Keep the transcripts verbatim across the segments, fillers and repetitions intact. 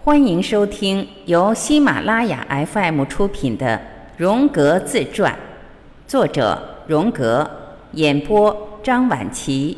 欢迎收听由喜马拉雅 F M 出品的《荣格自传》，作者荣格，演播张晚琪。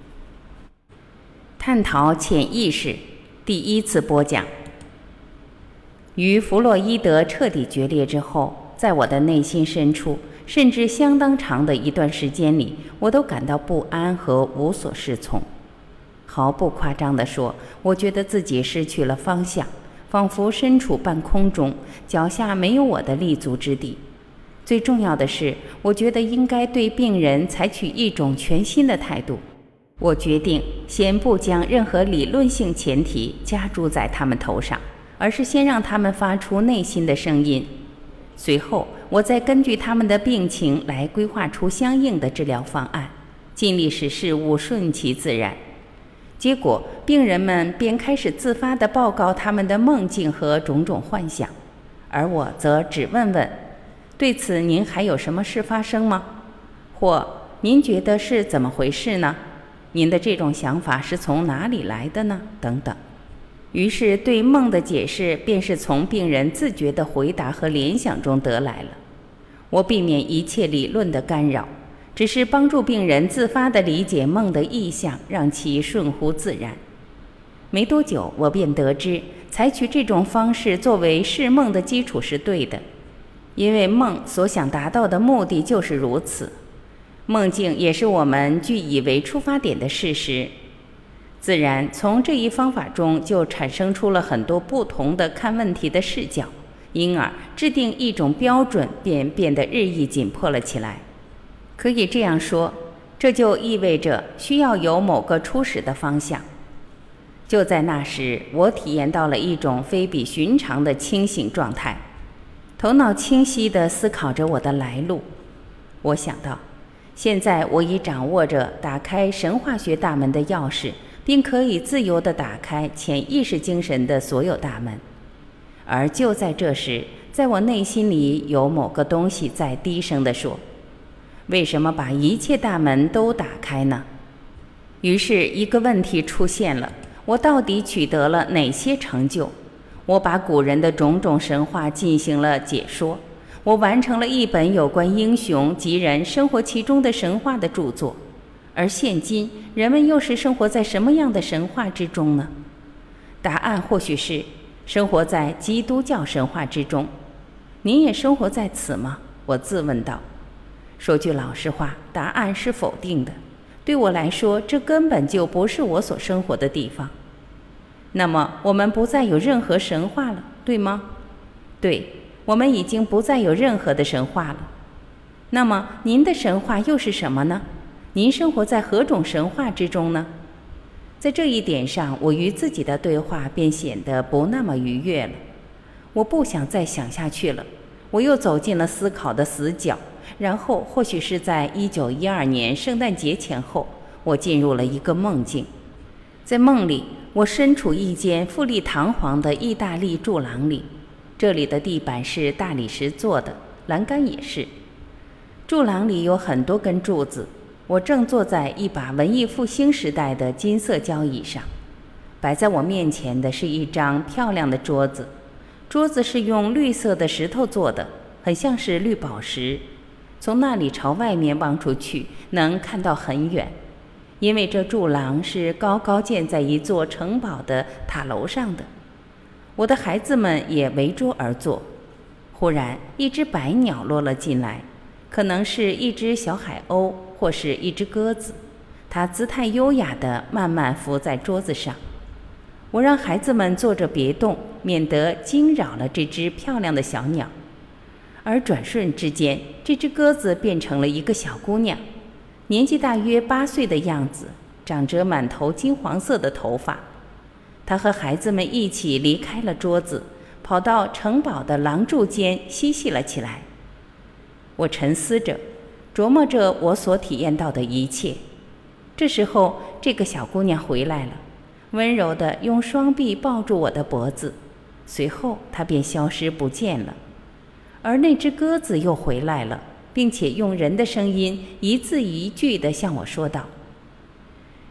探讨潜意识第一次播讲。与弗洛伊德彻底决裂之后，在我的内心深处，甚至相当长的一段时间里，我都感到不安和无所适从。毫不夸张地说，我觉得自己失去了方向，仿佛身处半空中，脚下没有我的立足之地。最重要的是，我觉得应该对病人采取一种全新的态度。我决定先不将任何理论性前提加诸在他们头上，而是先让他们发出内心的声音。随后，我再根据他们的病情来规划出相应的治疗方案，尽力使事物顺其自然。结果，病人们便开始自发地报告他们的梦境和种种幻想，而我则只问问：对此您还有什么事发生吗？或您觉得是怎么回事呢？您的这种想法是从哪里来的呢？等等。于是对梦的解释便是从病人自觉的回答和联想中得来了。我避免一切理论的干扰，只是帮助病人自发地理解梦的意象，让其顺乎自然。没多久，我便得知采取这种方式作为释梦的基础是对的，因为梦所想达到的目的就是如此。梦境也是我们据以为出发点的事实，自然从这一方法中就产生出了很多不同的看问题的视角，因而制定一种标准便变得日益紧迫了起来。可以这样说，这就意味着需要有某个初始的方向。就在那时，我体验到了一种非比寻常的清醒状态，头脑清晰地思考着我的来路。我想到，现在我已掌握着打开神话学大门的钥匙，并可以自由地打开潜意识精神的所有大门。而就在这时，在我内心里有某个东西在低声地说：为什么把一切大门都打开呢？于是一个问题出现了，我到底取得了哪些成就？我把古人的种种神话进行了解说，我完成了一本有关英雄及人生活其中的神话的著作。而现今人们又是生活在什么样的神话之中呢？答案或许是生活在基督教神话之中。您也生活在此吗？我自问道。说句老实话，答案是否定的。对我来说，这根本就不是我所生活的地方。那么我们不再有任何神话了，对吗？对，我们已经不再有任何的神话了。那么您的神话又是什么呢？您生活在何种神话之中呢？在这一点上，我与自己的对话便显得不那么愉悦了。我不想再想下去了。我又走进了思考的死角，然后或许是在一九一二年圣诞节前后，我进入了一个梦境。在梦里，我身处一间富丽堂皇的意大利柱廊里，这里的地板是大理石做的，栏杆也是。柱廊里有很多根柱子，我正坐在一把文艺复兴时代的金色交椅上。摆在我面前的是一张漂亮的桌子，桌子是用绿色的石头做的，很像是绿宝石。从那里朝外面望出去，能看到很远，因为这柱廊是高高建在一座城堡的塔楼上的。我的孩子们也围桌而坐。忽然，一只白鸟落了进来，可能是一只小海鸥，或是一只鸽子。它姿态优雅地慢慢伏在桌子上。我让孩子们坐着别动，免得惊扰了这只漂亮的小鸟。而转瞬之间，这只鸽子变成了一个小姑娘，年纪大约八岁的样子，长着满头金黄色的头发。她和孩子们一起离开了桌子，跑到城堡的廊柱间嬉戏了起来。我沉思着，琢磨着我所体验到的一切。这时候，这个小姑娘回来了，温柔地用双臂抱住我的脖子，随后她便消失不见了。而那只鸽子又回来了，并且用人的声音一字一句地向我说道：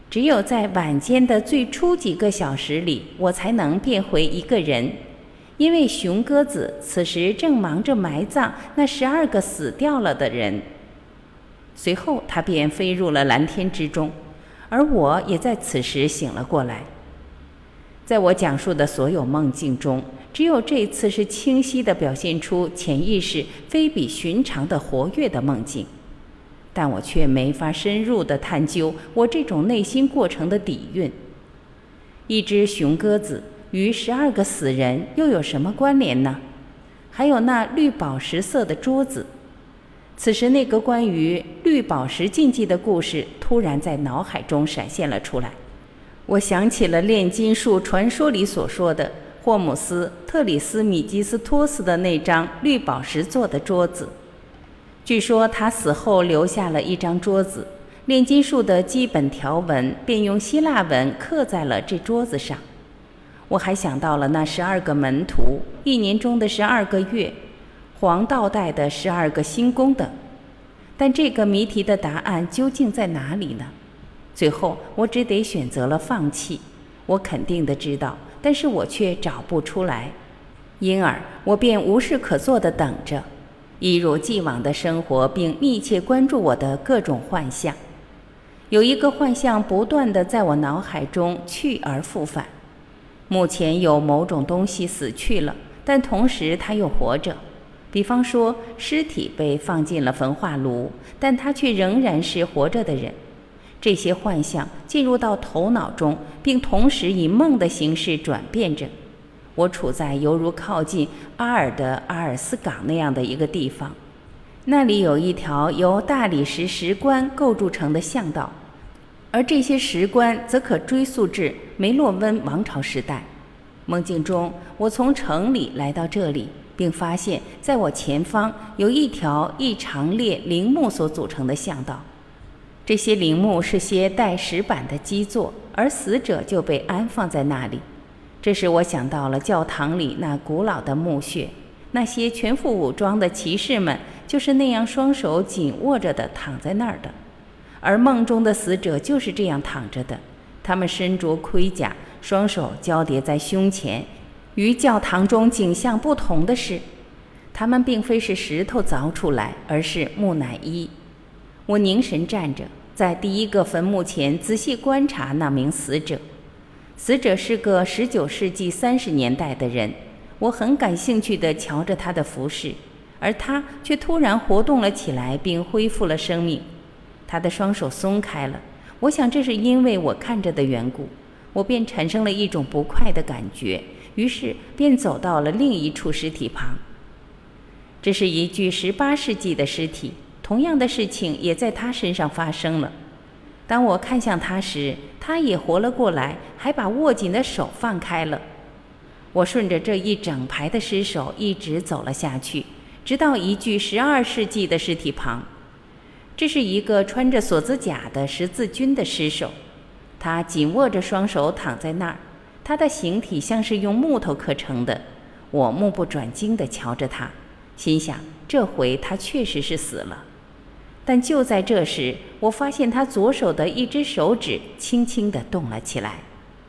只有在晚间的最初几个小时里，我才能变回一个人，因为熊鸽子此时正忙着埋葬那十二个死掉了的人。随后它便飞入了蓝天之中，而我也在此时醒了过来。在我讲述的所有梦境中，只有这次是清晰地表现出潜意识非比寻常的活跃的梦境，但我却没法深入地探究我这种内心过程的底蕴。一只雄鸽子与十二个死人又有什么关联呢？还有那绿宝石色的桌子。此时那个关于绿宝石禁忌的故事突然在脑海中闪现了出来。我想起了炼金术传说里所说的霍姆斯·特里斯米基斯托斯的那张绿宝石做的桌子。据说他死后留下了一张桌子，炼金术的基本条文便用希腊文刻在了这桌子上。我还想到了那十二个门徒，一年中的十二个月，黄道带的十二个星宫等。但这个谜题的答案究竟在哪里呢？最后我只得选择了放弃。我肯定的知道，但是我却找不出来，因而我便无事可做地等着，一如既往的生活，并密切关注我的各种幻象。有一个幻象不断地在我脑海中去而复返。目前有某种东西死去了，但同时它又活着。比方说，尸体被放进了焚化炉，但它却仍然是活着的人。这些幻象进入到头脑中，并同时以梦的形式转变着。我处在犹如靠近阿尔的阿尔斯港那样的一个地方，那里有一条由大理石石棺构筑成的巷道，而这些石棺则可追溯至梅洛温王朝时代。梦境中，我从城里来到这里，并发现在我前方有一条一长列陵墓所组成的巷道。这些陵墓是些带石板的基座，而死者就被安放在那里。这使我想到了教堂里那古老的墓穴，那些全副武装的骑士们就是那样双手紧握着的躺在那儿的，而梦中的死者就是这样躺着的。他们身着盔甲，双手交叠在胸前。与教堂中景象不同的是，他们并非是石头凿出来，而是木乃伊。我凝神站着，在第一个坟墓前仔细观察那名死者。死者是个十九世纪三十年代的人，我很感兴趣地瞧着他的服饰，而他却突然活动了起来，并恢复了生命。他的双手松开了，我想这是因为我看着的缘故，我便产生了一种不快的感觉，于是便走到了另一处尸体旁。这是一具十八世纪的尸体，同样的事情也在他身上发生了。当我看向他时，他也活了过来，还把握紧的手放开了。我顺着这一整排的尸首一直走了下去，直到一具十二世纪的尸体旁。这是一个穿着锁子甲的十字军的尸首，他紧握着双手躺在那儿，他的形体像是用木头刻成的。我目不转睛地瞧着他，心想这回他确实是死了。但就在这时，我发现他左手的一只手指轻轻地动了起来。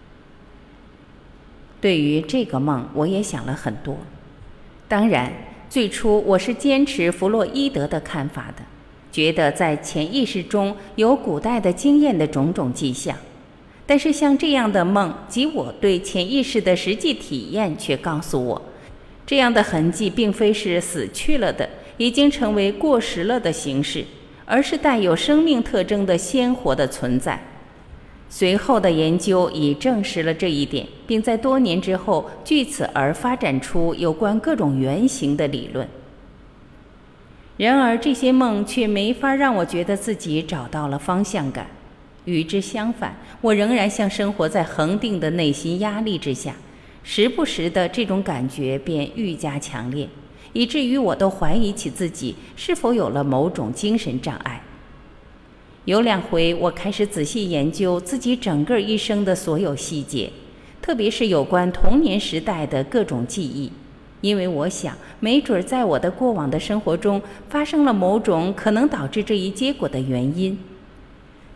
对于这个梦，我也想了很多。当然，最初我是坚持弗洛伊德的看法的，觉得在潜意识中有古代的经验的种种迹象。但是像这样的梦及我对潜意识的实际体验却告诉我，这样的痕迹并非是死去了的，已经成为过时了的形式，而是带有生命特征的鲜活的存在。随后的研究已证实了这一点，并在多年之后据此而发展出有关各种原型的理论。然而这些梦却没法让我觉得自己找到了方向感，与之相反，我仍然像生活在恒定的内心压力之下，时不时的这种感觉便愈加强烈，以至于我都怀疑起自己是否有了某种精神障碍。有两回我开始仔细研究自己整个一生的所有细节，特别是有关童年时代的各种记忆，因为我想没准在我的过往的生活中发生了某种可能导致这一结果的原因。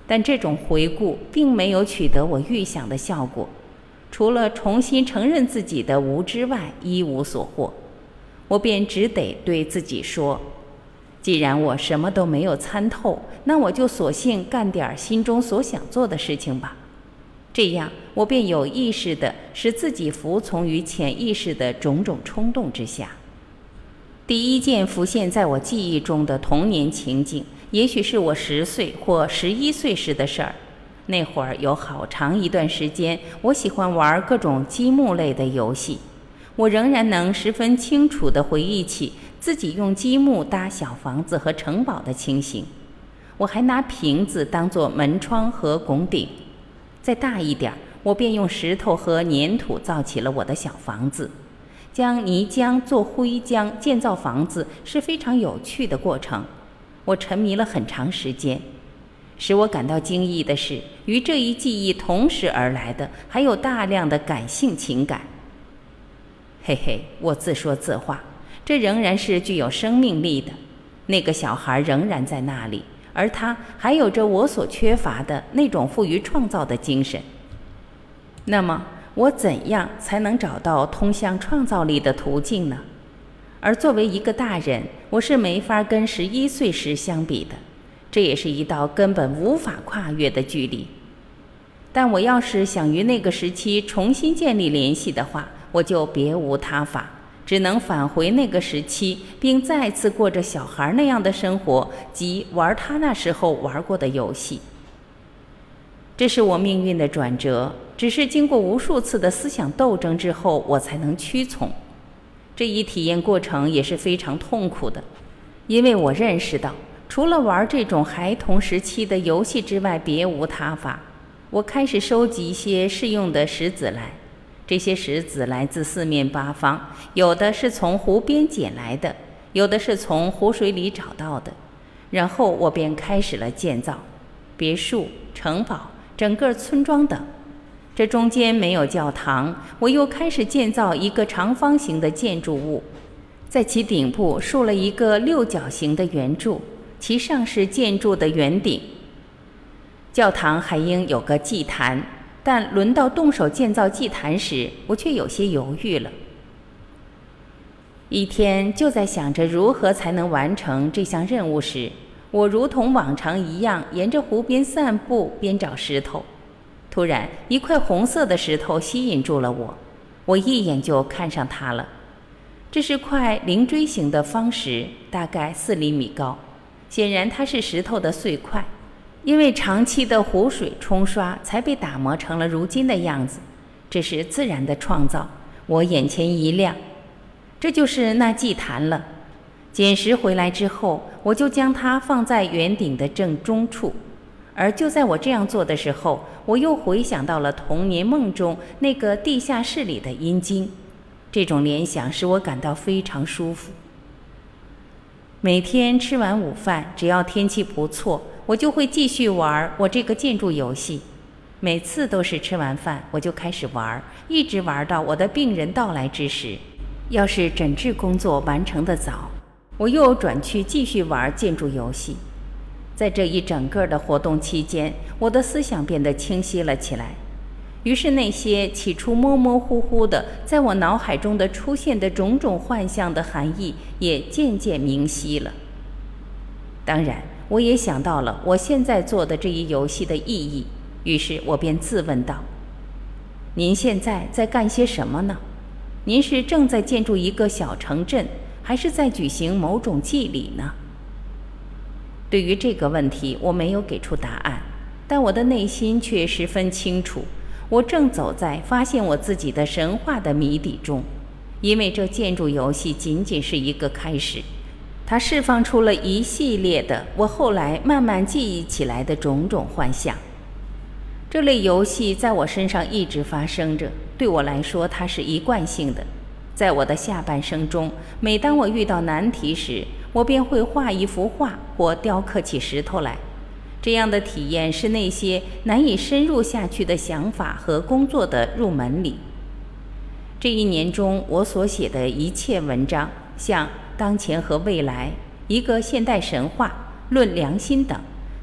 但这种回顾并没有取得我预想的效果，除了重新承认自己的无知外，一无所获。我便只得对自己说，既然我什么都没有参透，那我就索性干点心中所想做的事情吧。这样，我便有意识地使自己服从于潜意识的种种冲动之下。第一件浮现在我记忆中的童年情景，也许是我十岁或十一岁时的事儿。那会儿有好长一段时间，我喜欢玩各种积木类的游戏。我仍然能十分清楚地回忆起自己用积木搭小房子和城堡的情形。我还拿瓶子当作门窗和拱顶。再大一点，我便用石头和粘土造起了我的小房子。将泥浆做灰浆建造房子是非常有趣的过程，我沉迷了很长时间。使我感到惊异的是，与这一记忆同时而来的还有大量的感性情感。嘿嘿，我自说自话，这仍然是具有生命力的。那个小孩仍然在那里，而他还有着我所缺乏的那种富于创造的精神。那么，我怎样才能找到通向创造力的途径呢？而作为一个大人，我是没法跟十一岁时相比的，这也是一道根本无法跨越的距离。但我要是想与那个时期重新建立联系的话，我就别无他法，只能返回那个时期，并再次过着小孩那样的生活，即玩他那时候玩过的游戏。这是我命运的转折，只是经过无数次的思想斗争之后，我才能屈从。这一体验过程也是非常痛苦的，因为我认识到，除了玩这种孩童时期的游戏之外，别无他法。我开始收集一些适用的石子来，这些石子来自四面八方，有的是从湖边捡来的，有的是从湖水里找到的。然后我便开始了建造别墅、城堡、整个村庄等。这中间没有教堂，我又开始建造一个长方形的建筑物，在其顶部竖了一个六角形的圆柱，其上是建筑的圆顶。教堂还应有个祭坛，但轮到动手建造祭坛时，我却有些犹豫了。一天就在想着如何才能完成这项任务时，我如同往常一样沿着湖边散步，边找石头。突然，一块红色的石头吸引住了我，我一眼就看上它了。这是块菱锥形的方石，大概四厘米高。显然它是石头的碎块，因为长期的湖水冲刷才被打磨成了如今的样子。这是自然的创造，我眼前一亮，这就是那祭坛了。捡石回来之后，我就将它放在圆顶的正中处。而就在我这样做的时候，我又回想到了童年梦中那个地下室里的阴茎，这种联想使我感到非常舒服。每天吃完午饭，只要天气不错，我就会继续玩我这个建筑游戏。每次都是吃完饭我就开始玩，一直玩到我的病人到来之时。要是诊治工作完成的早，我又转去继续玩建筑游戏。在这一整个的活动期间，我的思想变得清晰了起来。于是那些起初模模糊糊的在我脑海中的出现的种种幻象的含义也渐渐明晰了。当然，我也想到了我现在做的这一游戏的意义，于是我便自问道：您现在在干些什么呢？您是正在建筑一个小城镇，还是在举行某种祭礼呢？对于这个问题，我没有给出答案，但我的内心却十分清楚，我正走在发现我自己的神话的谜底中。因为这建筑游戏仅仅是一个开始，它释放出了一系列的我后来慢慢记忆起来的种种幻象。这类游戏在我身上一直发生着，对我来说它是一贯性的。在我的下半生中，每当我遇到难题时，我便会画一幅画或雕刻起石头来。这样的体验是那些难以深入下去的想法和工作的入门礼。这一年中我所写的一切文章，像当前和未来、一个现代神话、论良心等，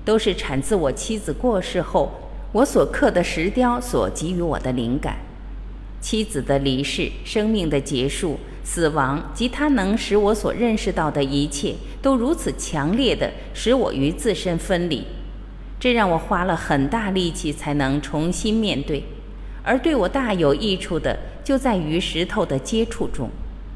都是产自我妻子过世后我所刻的石雕所给予我的灵感。妻子的离世、生命的结束、死亡及它能使我所认识到的一切，都如此强烈地使我与自身分离，这让我花了很大力气才能重新面对。而对我大有益处的，就在于石头的接触中。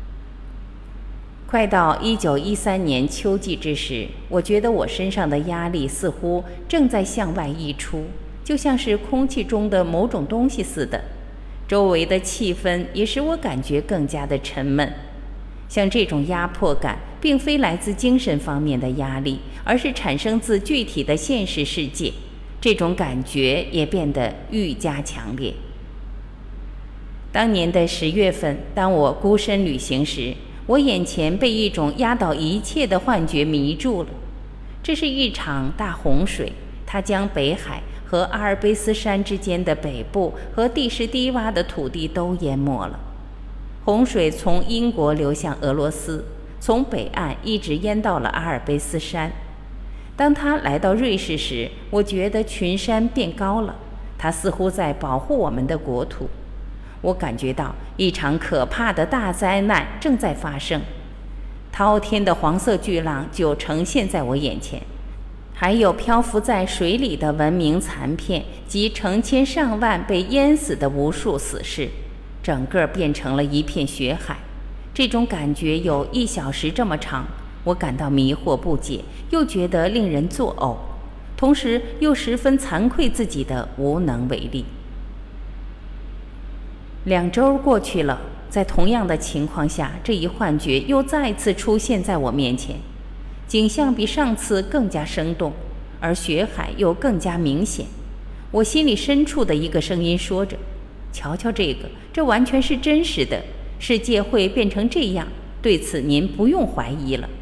快到一九一三年秋季之时，我觉得我身上的压力似乎正在向外溢出，就像是空气中的某种东西似的。周围的气氛也使我感觉更加的沉闷。像这种压迫感，并非来自精神方面的压力，而是产生自具体的现实世界。这种感觉也变得愈加强烈。当年的十月份，当我孤身旅行时，我眼前被一种压倒一切的幻觉迷住了。这是一场大洪水，它将北海和阿尔卑斯山之间的北部和地势低洼的土地都淹没了。洪水从英国流向俄罗斯，从北岸一直淹到了阿尔卑斯山。当它来到瑞士时，我觉得群山变高了，它似乎在保护我们的国土。我感觉到一场可怕的大灾难正在发生，滔天的黄色巨浪就呈现在我眼前，还有漂浮在水里的文明残片及成千上万被淹死的无数死士，整个变成了一片血海。这种感觉有一小时这么长，我感到迷惑不解，又觉得令人作呕，同时又十分惭愧自己的无能为力。两周过去了，在同样的情况下，这一幻觉又再次出现在我面前，景象比上次更加生动，而血海又更加明显。我心里深处的一个声音说着：瞧瞧这个，这完全是真实的，世界会变成这样，对此您不用怀疑了。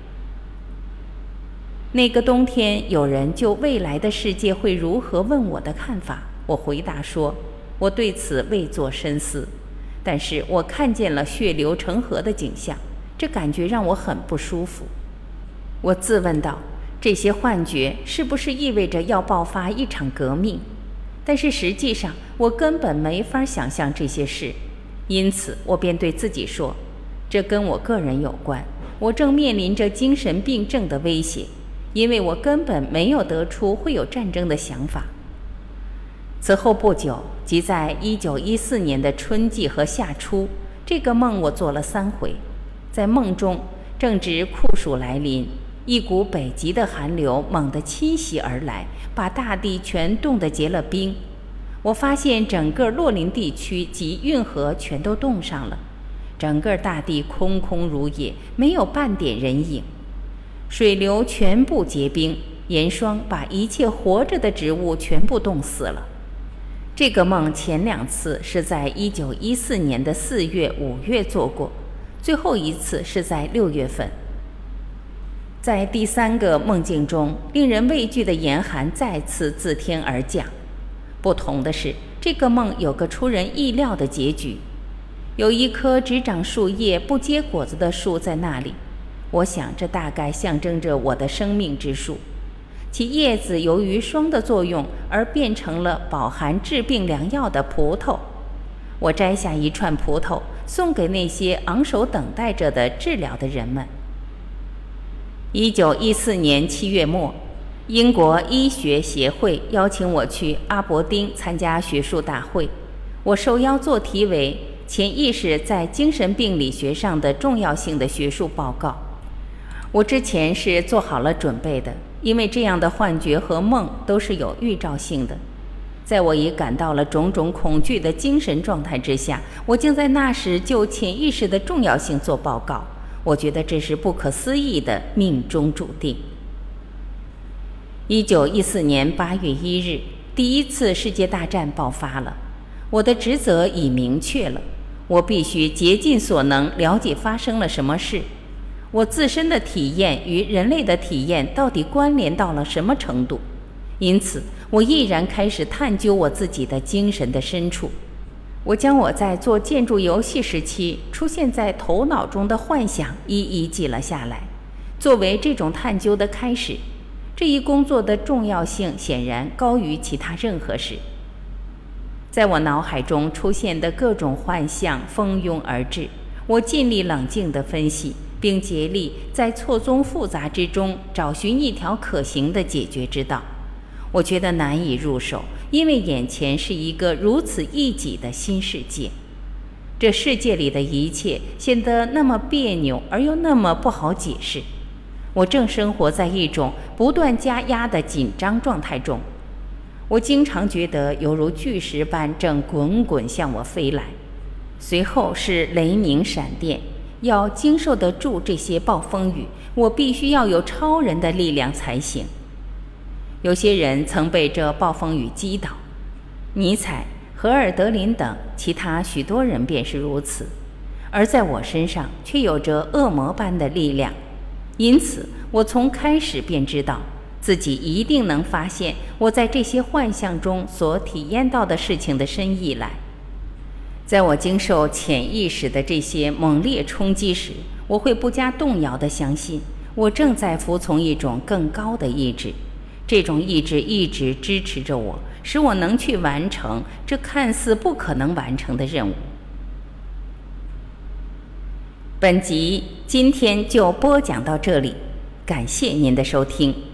那个冬天，有人就未来的世界会如何问我的看法，我回答说，我对此未作深思，但是我看见了血流成河的景象，这感觉让我很不舒服。我自问道，这些幻觉是不是意味着要爆发一场革命？但是实际上我根本没法想象这些事，因此我便对自己说，这跟我个人有关，我正面临着精神病症的威胁，因为我根本没有得出会有战争的想法。此后不久，即在一九一四年的春季和夏初，这个梦我做了三回。在梦中，正值酷暑来临，一股北极的寒流猛地侵袭而来，把大地全冻得结了冰。我发现整个洛林地区及运河全都冻上了，整个大地空空如也，没有半点人影。水流全部结冰，严霜把一切活着的植物全部冻死了。这个梦前两次是在一九一四年的四月、五月做过，最后一次是在六月份。在第三个梦境中，令人畏惧的严寒再次自天而降。不同的是，这个梦有个出人意料的结局。有一棵只长树叶不结果子的树在那里，我想这大概象征着我的生命之树。其叶子由于霜的作用而变成了饱含治病良药的葡萄。我摘下一串葡萄，送给那些昂首等待着的治疗的人们。一九一四年七月末，英国医学协会邀请我去阿伯丁参加学术大会，我受邀做题为《潜意识在精神病理学上的重要性》的学术报告。我之前是做好了准备的，因为这样的幻觉和梦都是有预兆性的。在我已感到了种种恐惧的精神状态之下，我竟在那时就潜意识的重要性做报告，我觉得这是不可思议的命中注定。一九一四年八月一日，第一次世界大战爆发了。我的职责已明确了，我必须竭尽所能了解发生了什么事。我自身的体验与人类的体验到底关联到了什么程度？因此，我毅然开始探究我自己的精神的深处。我将我在做建筑游戏时期出现在头脑中的幻想一一记了下来，作为这种探究的开始。 这一工作的重要性显然高于其他任何事。在我脑海中出现的各种幻象蜂拥而至，我尽力冷静地分析，并竭力在错综复杂之中找寻一条可行的解决之道。我觉得难以入手，因为眼前是一个如此异己的新世界。这世界里的一切显得那么别扭，而又那么不好解释。我正生活在一种不断加压的紧张状态中，我经常觉得犹如巨石般正滚滚向我飞来，随后是雷鸣闪电。要经受得住这些暴风雨，我必须要有超人的力量才行。有些人曾被这暴风雨击倒，尼采、荷尔德林等其他许多人便是如此，而在我身上却有着恶魔般的力量。因此我从开始便知道自己一定能发现我在这些幻象中所体验到的事情的深意来。在我经受潜意识的这些猛烈冲击时，我会不加动摇地相信我正在服从一种更高的意志，这种意志一直支持着我，使我能去完成这看似不可能完成的任务。本集今天就播讲到这里，感谢您的收听。